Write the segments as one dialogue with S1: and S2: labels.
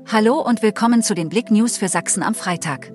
S1: Hallo und willkommen zu den Blick News für Sachsen am Freitag.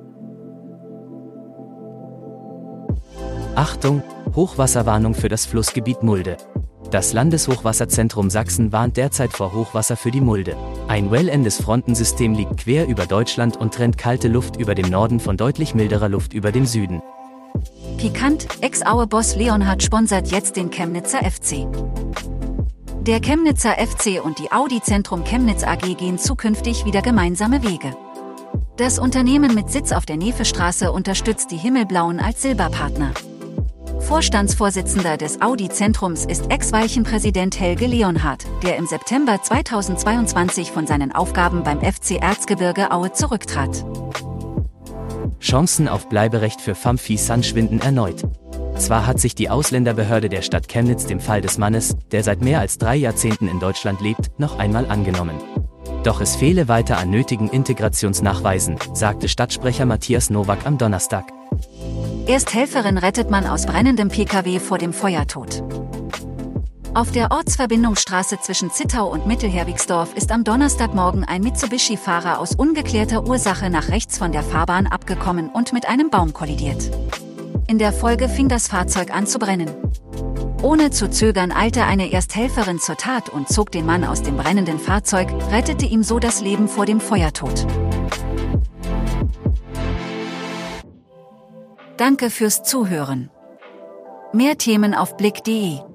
S2: Achtung, Hochwasserwarnung für das Flussgebiet Mulde. Das Landeshochwasserzentrum Sachsen warnt derzeit vor Hochwasser für die Mulde. Ein wellendes Frontensystem liegt quer über Deutschland und trennt kalte Luft über dem Norden von deutlich milderer Luft über dem Süden.
S1: Pikant, Ex-Aue-Boss Leonhard sponsert jetzt den Chemnitzer FC. Der Chemnitzer FC und die Audi Zentrum Chemnitz AG gehen zukünftig wieder gemeinsame Wege. Das Unternehmen mit Sitz auf der Nefestraße unterstützt die Himmelblauen als Silberpartner. Vorstandsvorsitzender des Audi-Zentrums ist Ex-Weichenpräsident Helge Leonhard, der im September 2022 von seinen Aufgaben beim FC Erzgebirge Aue zurücktrat.
S2: Chancen auf Bleiberecht für Famfi San schwinden erneut. Zwar hat sich die Ausländerbehörde der Stadt Chemnitz dem Fall des Mannes, der seit mehr als 3 Jahrzehnten in Deutschland lebt, noch einmal angenommen. Doch es fehle weiter an nötigen Integrationsnachweisen, sagte Stadtsprecher Matthias Nowak am Donnerstag.
S1: Ersthelferin rettet man aus brennendem Pkw vor dem Feuertod. Auf der Ortsverbindungsstraße zwischen Zittau und Mittelherwigsdorf ist am Donnerstagmorgen ein Mitsubishi-Fahrer aus ungeklärter Ursache nach rechts von der Fahrbahn abgekommen und mit einem Baum kollidiert. In der Folge fing das Fahrzeug an zu brennen. Ohne zu zögern eilte eine Ersthelferin zur Tat und zog den Mann aus dem brennenden Fahrzeug, rettete ihm so das Leben vor dem Feuertod. Danke fürs Zuhören. Mehr Themen auf blick.de